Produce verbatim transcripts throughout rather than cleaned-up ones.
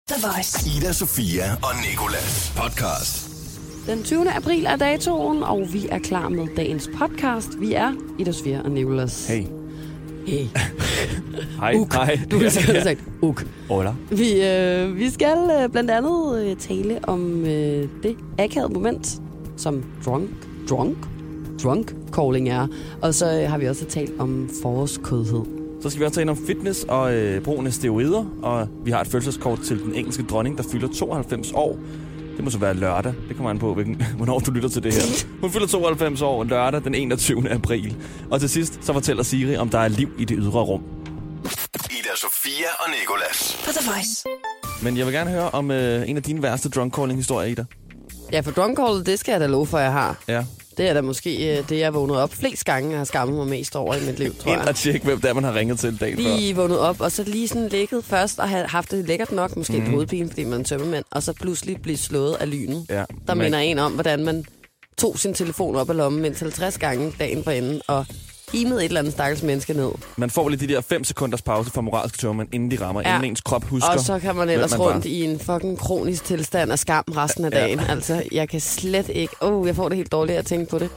The Voice. Ida, Sofia og Nicolas podcast. Den tyvende april er datoen, og vi er klar med dagens podcast. Vi er Ida, Sofia og Nicolas. Hey. Hey. Hej. Uk. Hej. Du ville sikkert have sagt uk. Hola. Vi, øh, vi skal øh, blandt andet øh, tale om øh, det akavede moment, som drunk, drunk, drunk calling er. Og så øh, har vi også talt om forårskødhed. Så skal vi også tale om fitness og øh, brugen af steroider. Og vi har et fødselskort til den engelske dronning, der fylder tooghalvfems år. Det må så være lørdag. Det kommer an på, hvilken, hvornår du lytter til det her. Hun fylder tooghalvfems år lørdag den enogtyvende april. Og til sidst så fortæller Siri, om der er liv i det ydre rum. Ida, Sofia og Nicolas. For The Voice. Men jeg vil gerne høre om øh, en af dine værste drunk calling historier, Ida. Ja, for drunk call, det skal jeg da love for, jeg har. Ja. Det er da måske øh, det, jeg vågnede op flest gange, jeg har skammet mig mest over i mit liv, tror jeg. Ind og tjekke, hvem der man har ringet til dagen før. Lige vågnet op, og så lige sådan ligget først og have haft det lækkert nok, måske mm. et hovedpine, fordi man er en tømmermand, og så pludselig blive slået af lynet. Ja, der men... minder en om, hvordan man tog sin telefon op af lommen mindst halvtreds gange dagen på enden, og imede et eller andet stakkels menneske ned. Man får lige de der fem sekunders pause fra moralske tømmermænd, inden de rammer, ja. inden ens krop husker. Og så kan man ellers man rundt var. i en fucking kronisk tilstand af skam resten af dagen. Ja. Altså, jeg kan slet ikke... Åh, oh, jeg får det helt dårligt at tænke på det.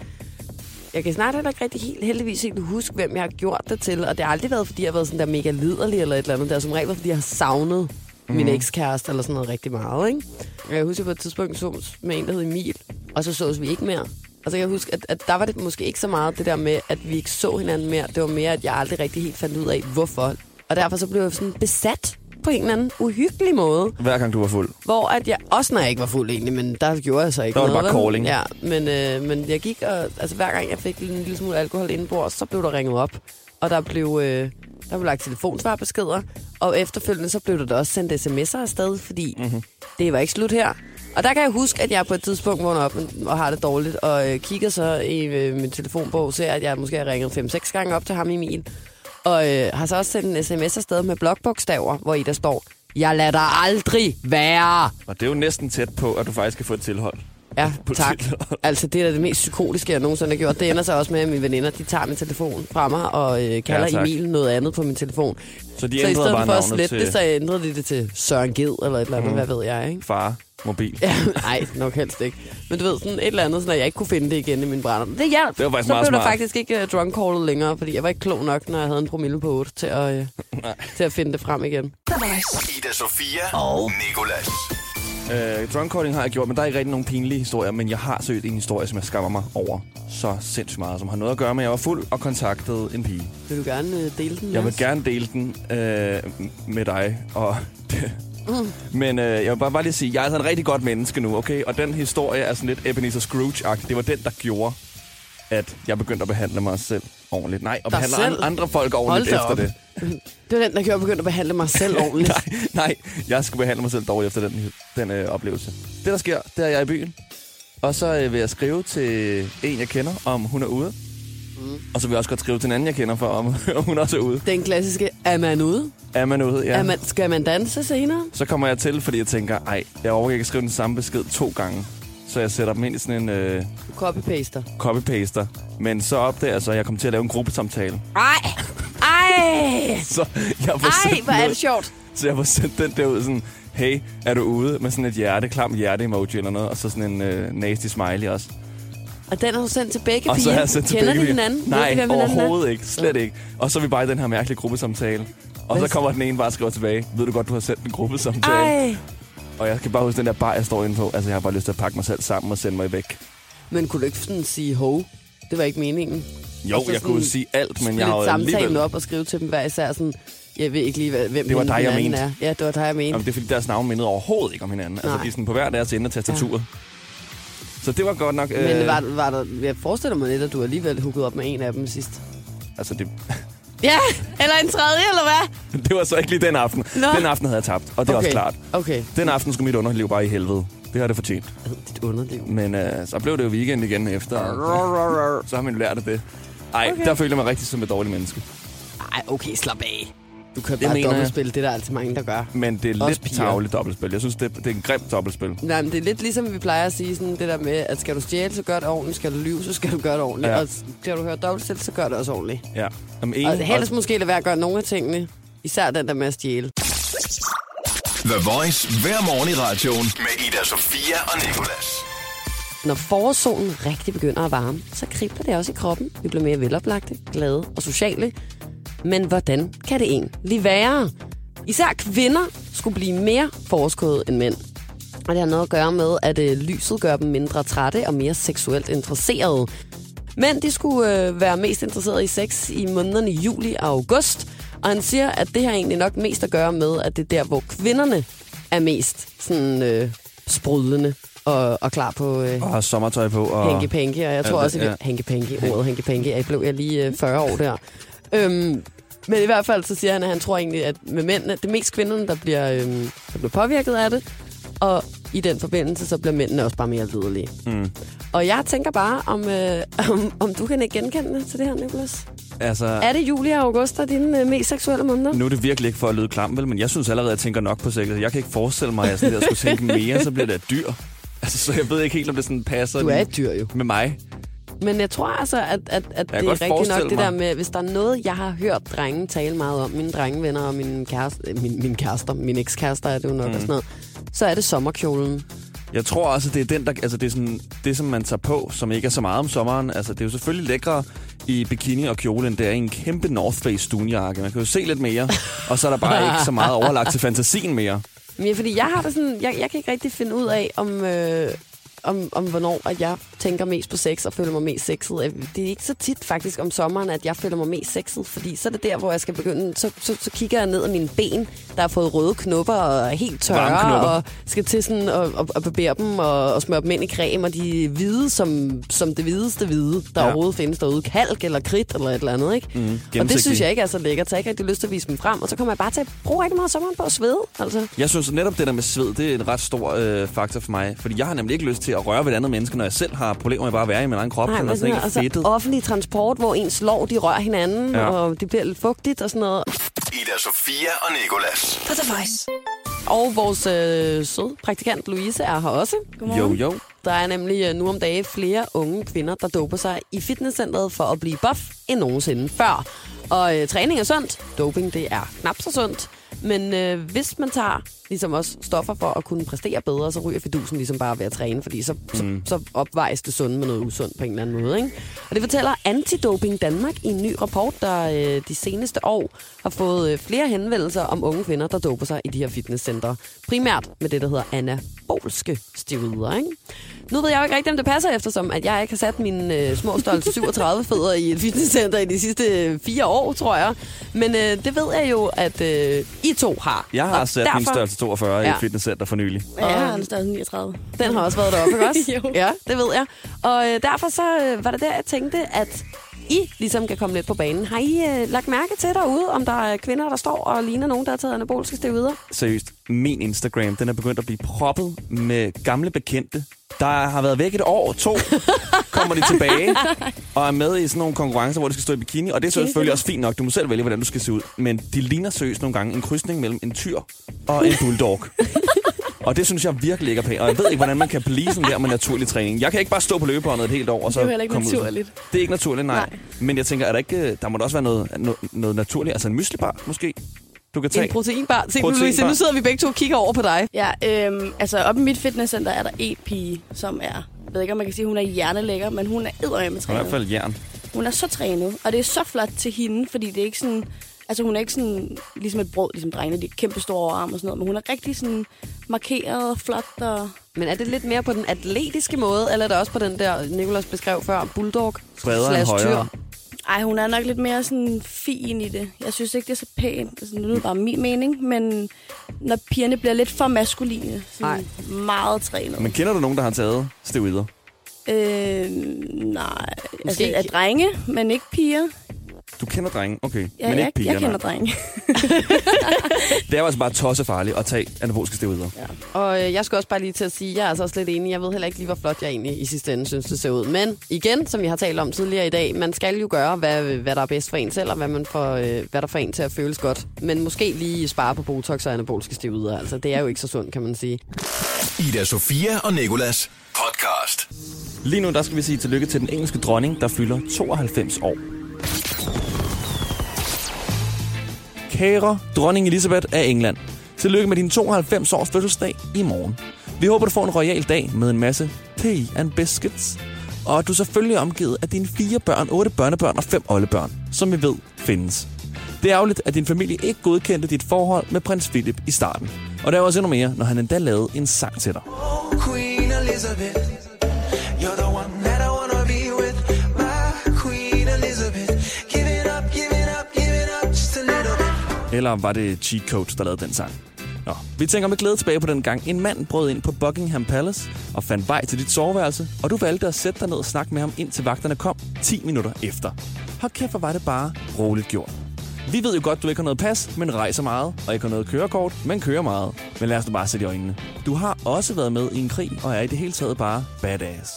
Jeg kan snart heller ikke rigtig helt, heldigvis helt huske, hvem jeg har gjort det til. Og det har aldrig været, fordi jeg har været sådan der mega liderlig eller et eller andet. Det er som regel, fordi jeg har savnet mm. min ekskæreste eller sådan noget rigtig meget, ikke? Jeg husker på et tidspunkt så med en, der hed Emil, og så sås vi ikke mere. Altså jeg husker, at, at der var det måske ikke så meget det der med, at vi ikke så hinanden mere. Det var mere, at jeg aldrig rigtig helt fandt ud af, hvorfor. Og derfor så blev jeg sådan besat på en eller anden uhyggelig måde. Hver gang du var fuld? Hvor at jeg, også når jeg ikke var fuld egentlig, men der gjorde jeg så ikke der noget. Der var det bare calling. Ja, men, øh, men jeg gik, og altså hver gang jeg fik en lille smule alkohol indenbords, så blev der ringet op. Og der blev, øh, der blev lagt telefonsvarbeskeder. Og efterfølgende så blev der da også sendt sms'er afsted, fordi mm-hmm. det var ikke slut her. Og der kan jeg huske, at jeg på et tidspunkt vågner op og har det dårligt, og øh, kigger så i øh, min telefonbog og ser, at jeg måske har ringet fem seks gange op til ham Emil. Og øh, har så også sendt en sms afsted med blokbogstaver, hvor i der står, jeg lader dig aldrig være. Og det er jo næsten tæt på, at du faktisk kan få et tilhold. Ja, tak. Altså, det er da det mest psykotiske, jeg nogensinde har gjort. Det ender så også med, at mine veninder, de tager min telefon fra mig og øh, kalder ja, Emil noget andet på min telefon. Så de så i stedet bare for at slette til... det, så ændrede de det til Søren Ged eller et eller andet, mm. hvad ved jeg, ikke? Far, mobil. Ja, nej, nok helst ikke. Men du ved, sådan et eller andet, sådan at jeg ikke kunne finde det igen i min brænder. Det hjalp. Det var faktisk så meget blev der smart. faktisk ikke uh, drunk callet længere, fordi jeg var ikke klog nok, når jeg havde en promille på otte til at, uh, til at finde det frem igen. Ida, Sofia og Nicolas. Uh, drunk calling har jeg gjort, men der er ikke rigtig nogen pinlige historier, men jeg har søgt en historie, som jeg skammer mig over så sindssygt meget, som har noget at gøre med, at jeg var fuld og kontaktede en pige. Vil du gerne uh, dele den? Jeg vil gerne dele den uh, med dig, og mm. men uh, jeg vil bare, bare lige sige, jeg er altså en rigtig godt menneske nu, okay? Og den historie er sådan lidt Ebenezer Scrooge-agtig. Det var den, der gjorde, at jeg begyndte at behandle mig selv ordentligt. Nej, og behandle an- andre folk ordentligt efter det. Det var den, der gjorde, at jeg begyndte at behandle mig selv ordentligt. nej, nej, jeg skulle behandle mig selv dårligt efter den, den øh, oplevelse. Det, der sker, det er jeg i byen. Og så øh, vil jeg skrive til en, jeg kender, om hun er ude. Mm. Og så vil jeg også godt skrive til en anden, jeg kender, for om, om hun også er ude. Den klassiske, er man ude? Er man ude, ja. Er man, skal man danse senere? Så kommer jeg til, fordi jeg tænker, ej, jeg overgår ikke at skrive den samme besked to gange. Så jeg sætter dem ind i sådan en... Øh, copy-paster. Copy-paster. Men så opdager jeg så, at jeg kommer til at lave en gruppesamtale. Ej! Ej! så jeg Ej, hvor er det sjovt. Så jeg får sendt den der ud sådan, hey, er du ude? Med sådan et hjerte, klam hjerte-emoji eller noget. Og så sådan en øh, nasty smiley også. Og den har du sendt til begge piger? Og så har jeg sendt til Kender begge de hinanden? Nej, de, overhovedet ikke. Slet ikke. Og så er vi bare i den her mærkelige gruppesamtale. Og Hvad? så kommer den ene bare og skriver tilbage. Ved du godt, du har sendt en gruppesamtale? Ej! Og jeg kan bare huske den der bar, jeg står inde på. Altså, jeg har bare lyst til at pakke mig selv sammen og sende mig væk. Men kunne du ikke sådan sige ho? Det var ikke meningen. Jo, jeg kunne sige alt, men jeg har jo alligevel... samtalen op og skrive til dem hver især sådan... Jeg ved ikke lige, hvem det var dig, jeg mente. er. Ja, det var dig, jeg mente. Jamen, det er fordi, deres navn mindede overhovedet ikke om hinanden. Nej. Altså, de er sådan på hver deres ende af tastaturet. Ja. Så det var godt nok... Men øh... var, var der... Jeg forestiller mig lidt, at du alligevel huggede op med en af dem sidst. Altså, det... Ja, eller en tredje, eller hvad? Det var så ikke lige den aften. Nå. Den aften havde jeg tabt, og det er okay. også klart. Okay. Den aften skulle mit underliv bare i helvede. Det har det fortjent. Dit underliv. Men øh, så blev det jo weekend igen efter. Så har man lært af det. Ej, okay. Der følte jeg mig rigtig som et dårligt menneske. Ej, okay, slap af. Du kan det bare dobbeltspil, det er der altid mange, der gør. Men det er også lidt tarveligt dobbeltspil. Jeg synes, det er, det er en grim dobbeltspil. Nej, men det er lidt ligesom, vi plejer at sige sådan det der med, at skal du stjæle, så gør det ordentligt. Skal du lyve, så skal du gøre det ordentligt. Ja. Og skal du høre dobbeltspil, så gør det også ordentligt. Ja. Jamen, en, og helst også... måske lade være at gøre nogle af tingene. Især den der med at stjæle. The Voice hver morgen i radioen med Ida Sofia og Nicolas. Når forårssolen rigtig begynder at varme, så kribler det også i kroppen. Vi bliver mere veloplagte, glade og sociale. Men hvordan kan det egentlig være? Især kvinder skulle blive mere forårskåde end mænd. Og det har noget at gøre med, at øh, lyset gør dem mindre trætte og mere seksuelt interesserede. Mænd de skulle øh, være mest interesserede i sex i månederne juli og august. Og han siger, at det har egentlig nok mest at gøre med, at det er der, hvor kvinderne er mest sådan, øh, sprudlende og, og klar på... Øh, og har sommertøj på. Og... Hanky-panky, og jeg tror ja, også, at ja. hanky-panky, ordet hanky-panky, jeg blev jeg lige øh, fyrre år der. Øhm, men i hvert fald så siger han, at han tror egentlig, at med mændene, det er mest kvinderne, der bliver, øh, der bliver påvirket af det. Og i den forbindelse, så bliver mændene også bare mere liderlige. Mm. Og jeg tænker bare, om, øh, om, om du kan ikke genkende det til det her, Nicolas? Altså, er det juli og august, der er dine øh, mest seksuelle måneder? Nu er det virkelig ikke for at lyde klam, vel? Men jeg synes allerede, at jeg tænker nok på sex. Jeg kan ikke forestille mig, at jeg sådan der skulle tænke mere, så bliver det et dyr. Altså, så jeg ved ikke helt, om det sådan passer. Du er et dyr jo. Med mig. Men jeg tror altså, at, at, at det er rigtigt nok det der med, hvis der er noget, jeg har hørt drenge tale meget om, mine drengevenner og mine kærester, min, mine kærester, mine ekskærester er det jo nok mm. og sådan noget, så er det sommerkjolen. Jeg tror også, at det er den, der, altså det er sådan, det, som man tager på, som ikke er så meget om sommeren. Altså, det er jo selvfølgelig lækre i bikini og kjole, end det er i en kæmpe North Face dunjakke. Man kan jo se lidt mere, og så er der bare ikke så meget overlagt til fantasien mere. Men ja, fordi jeg har det sådan, jeg, jeg kan ikke rigtig finde ud af, om... Øh Om, om hvornår at jeg tænker mest på sex og føler mig mest sexet. Det er ikke så tit faktisk om sommeren, at jeg føler mig mest sexet, fordi så er det der, hvor jeg skal begynde, så, så, så kigger jeg ned ad mine ben, der har fået røde knopper og er helt tørre, og skal til sådan at, at, at barbere dem og, og smøre dem ind i creme, og de er hvide som, som det hvideste hvide, der ja. overhovedet findes derude. Kalk eller kridt eller et eller andet, ikke? Mm, og det synes jeg ikke er så lækkert, så jeg ikke rigtig lyst til at vise dem frem, og så kommer jeg bare til at bruge rigtig meget sommeren på at svede. Altså. Jeg synes netop det der med sved, det er en ret stor øh, faktor for mig, fordi jeg har nemlig ikke lyst til at røre ved et andet menneske, når jeg selv har problemer med bare at være i min egen krop. Nej, men sådan, altså, altså offentlig transport, hvor ens lår, de rører hinanden, ja. og det bliver lidt fugtigt og sådan noget. Ida Sofia og Nicolas. For The Voice. Og vores øh, søde praktikant Louise er her også. Jo, jo. Der er nemlig øh, nu om dage flere unge kvinder, der doper sig i fitnesscenteret for at blive buff end nogensinde før. Og øh, træning er sundt. Doping, det er knap så sundt. Men øh, hvis man tager ligesom også stoffer for at kunne præstere bedre, så ryger fidusen ligesom bare ved at træne, fordi så, mm. så, så opvejes det sunde med noget usundt på en eller anden måde. Ikke? Og det fortæller Antidoping Danmark i en ny rapport, der øh, de seneste år har fået øh, flere henvendelser om unge kvinder, der doper sig i de her fitnesscentre. Primært med det, der hedder anabolske steroider. Ikke? Nu ved jeg jo ikke rigtigt, om det passer, eftersom at jeg ikke har sat mine øh, små størrelse syvogtredive fødder i et fitnesscenter i de sidste øh, fire år, tror jeg. Men øh, det ved jeg jo, at øh, I to har. Jeg har og sat derfor... min størrelse toogfyrre ja. i et fitnesscenter for nylig. Ja, jeg har en størrelse niogtredive. Den har også været deroppe, ikke også? Ja, det ved jeg. Og øh, derfor så øh, var det der, jeg tænkte, at I ligesom kan komme lidt på banen. Har I øh, lagt mærke til derude, om der er kvinder, der står og ligner nogen, der har taget anabolske steroider? Seriøst, min Instagram, den er begyndt at blive proppet med gamle bekendte, der har været væk et år, to, kommer de tilbage og er med i sådan nogle konkurrencer, hvor de skal stå i bikini. Og det er selvfølgelig også fint nok. Du må selv vælge, hvordan du skal se ud. Men de ligner seriøst nogle gange en krydsning mellem en tyr og en bulldog. Og det synes jeg virkelig ikke er pænt. Og jeg ved ikke, hvordan man kan blive sådan der med naturlig træning. Jeg kan ikke bare stå på løbebåndet et helt år og så komme ud. Det er heller ikke naturligt. Det er ikke naturligt, nej. nej. Men jeg tænker, er der ikke, der må da også være noget, noget, noget naturligt. Altså en myslibar måske? Du kan tage. En proteinbar. Se, proteinbar. Nu sidder vi begge to og kigger over på dig. Ja, øhm, altså oppe i mit fitnesscenter er der en pige, som er, jeg ved ikke, om man kan sige, hun er hjernelækker, men hun er eddermame trænet. I hvert fald jern. Hun er så trænet, og det er så flot til hende, fordi det er ikke sådan, altså hun er ikke sådan, ligesom et brød, ligesom drengene, de er kæmpe store arme og sådan noget, men hun er rigtig sådan markeret, flot og... Men er det lidt mere på den atletiske måde, eller er det også på den der, Nicolas beskrev før, bulldog slash tyr? Ej, hun er nok lidt mere sådan fin i det. Jeg synes ikke, det er så pænt. Altså, nu er det bare min mening, men når pigerne bliver lidt for maskuline, sådan meget trænet. Men kender du nogen, der har taget steroider? Øh, nej. Altså, er drenge, men ikke piger. Du kender drenge? Okay. Ja, men jeg, ikke piger, jeg kender drenge. Det er jo altså bare tossefarligt at tage anabolske steroider. Ja. Og øh, jeg skal også bare lige til at sige, jeg er altså også lidt enig. Jeg ved heller ikke lige, hvor flot jeg egentlig i sidste ende synes, det ser ud. Men igen, som vi har talt om tidligere i dag, man skal jo gøre, hvad, hvad der er bedst for en selv, og hvad, man får, øh, hvad der får en til at føles godt. Men måske lige spare på botox og anabolske steroider. Altså, det er jo ikke så sundt, kan man sige. Ida Sofia og Nicolas podcast. Lige nu, der skal vi sige tillykke til den engelske dronning, der fylder tooghalvfems år. Kære dronning Elizabeth af England. Tillykke med din tooghalvfems års fødselsdag i morgen. Vi håber, du får en royal dag med en masse tea and biscuits. Og at du selvfølgelig er omgivet af dine fire børn, otte børnebørn og fem oldebørn, som vi ved findes. Det er ærgerligt, at din familie ikke godkendte dit forhold med prins Philip i starten. Og der er også endnu mere, når han endda lavede en sang til dig. Queen Elizabeth, you're the one that I wanna be with. My Queen Elizabeth, give it up, give it up, give it up just a little bit. Eller var det Cheat Coach, der lavede den sang? Nå, vi tænker med glæde tilbage på den gang. En mand brød ind på Buckingham Palace og fandt vej til dit soveværelse, og du valgte at sætte dig ned og snakke med ham, indtil vagterne kom ti minutter efter. Hold kæft, hvor var det bare roligt gjort. Vi ved jo godt, du ikke har noget pas, men rejser meget, og ikke har noget kørekort, men kører meget. Men lad os nu bare sætte i øjnene. Du har også været med i en krig, og er i det hele taget bare badass.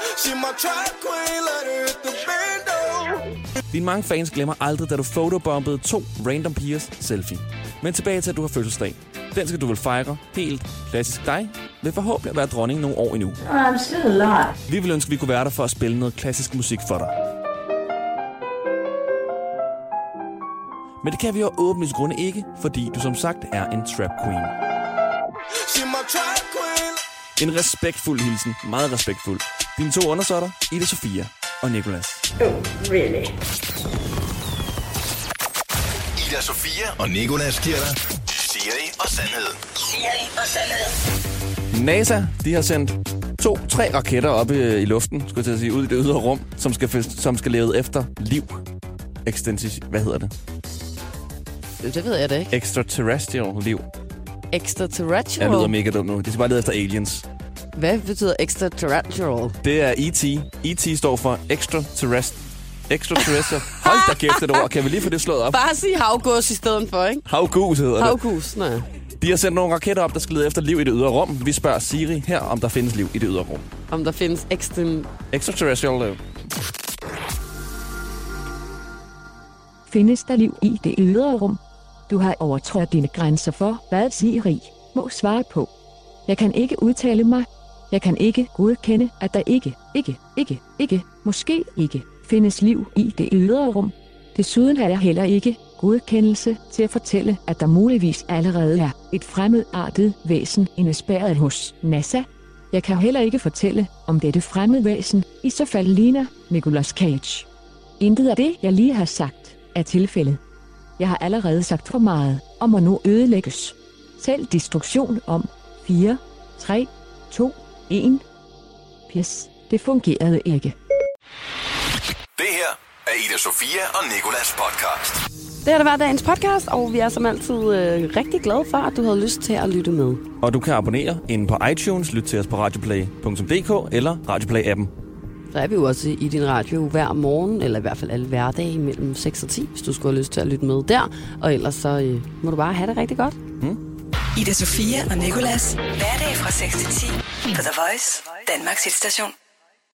Dine mange fans glemmer aldrig, da du fotobombede to random pigers selfie. Men tilbage til, at du har fødselsdag. Den skal du vel fejre helt klassisk dig, vil forhåbentlig være dronning nogle år endnu. I'm still alive. Vi vil ønske, at vi kunne være der for at spille noget klassisk musik for dig. Men det kan vi jo åbenlyst grunde ikke, fordi du som sagt er en trap queen. En respektfuld hilsen, meget respektfuld. Dine to undersåtter, Ida Sofia og Nicolas. Oh, really? Ida Sofia og Nicolas giver dig Siri og Sandhed. Siri og Sandhed. NASA, de har sendt to, tre raketter op i, i luften, skulle jeg til at sige, ud i det ydre rum, som skal, som skal leve efter liv. Extensiv, hvad hedder det? Det ved jeg da ikke. Extraterrestrial liv. Extraterrestrial? Jeg lyder mega dumt nu. De skal bare lede efter aliens. Hvad betyder extraterrestrial? Det er E T. E T står for extraterrestrial. Extraterrestrial. Hold da kæft et ord. Kan vi lige få det slået op? Bare sige havgås i stedet for, ikke? Havgus hedder det. Havgus, nej. De har sendt nogle raketter op, der skal lede efter liv i det ydre rum. Vi spørger Siri her, om der findes liv i det ydre rum. Om der findes ekstra... Extraterrestrial liv. Findes der liv i det ydre rum? Du har overtrådt dine grænser for, hvad Siri må svare på. Jeg kan ikke udtale mig. Jeg kan ikke godkende, at der ikke, ikke, ikke, ikke, måske ikke findes liv i det ydre rum. Desuden har jeg heller ikke godkendelse til at fortælle, at der muligvis allerede er et fremmedartet væsen indespærret hos NASA. Jeg kan heller ikke fortælle, om dette fremmede væsen i så fald ligner Nicolas Cage. Intet af det, jeg lige har sagt, er tilfældet. Jeg har allerede sagt for meget, og må nu ødelægges. Selv destruktion om fire, tre, to, et. Pis, det fungerede ikke. Det her er Ida Sofia og Nicolas podcast. Det har det været dagens podcast, og vi er som altid øh, rigtig glade for, at du havde lyst til at lytte med. Og du kan abonnere inde på iTunes, lyt til os på radioplay punktum d k eller Radioplay-appen. Så er vi jo også i din radio hver morgen, eller i hvert fald alle hverdage mellem seks og ti, hvis du skulle have lyst til at lytte med der. Og ellers så øh, må du bare have det rigtig godt. Hmm? Ida Sofia og Nicolas. Hverdag fra seks til ti på The Voice, Danmarks hitstation.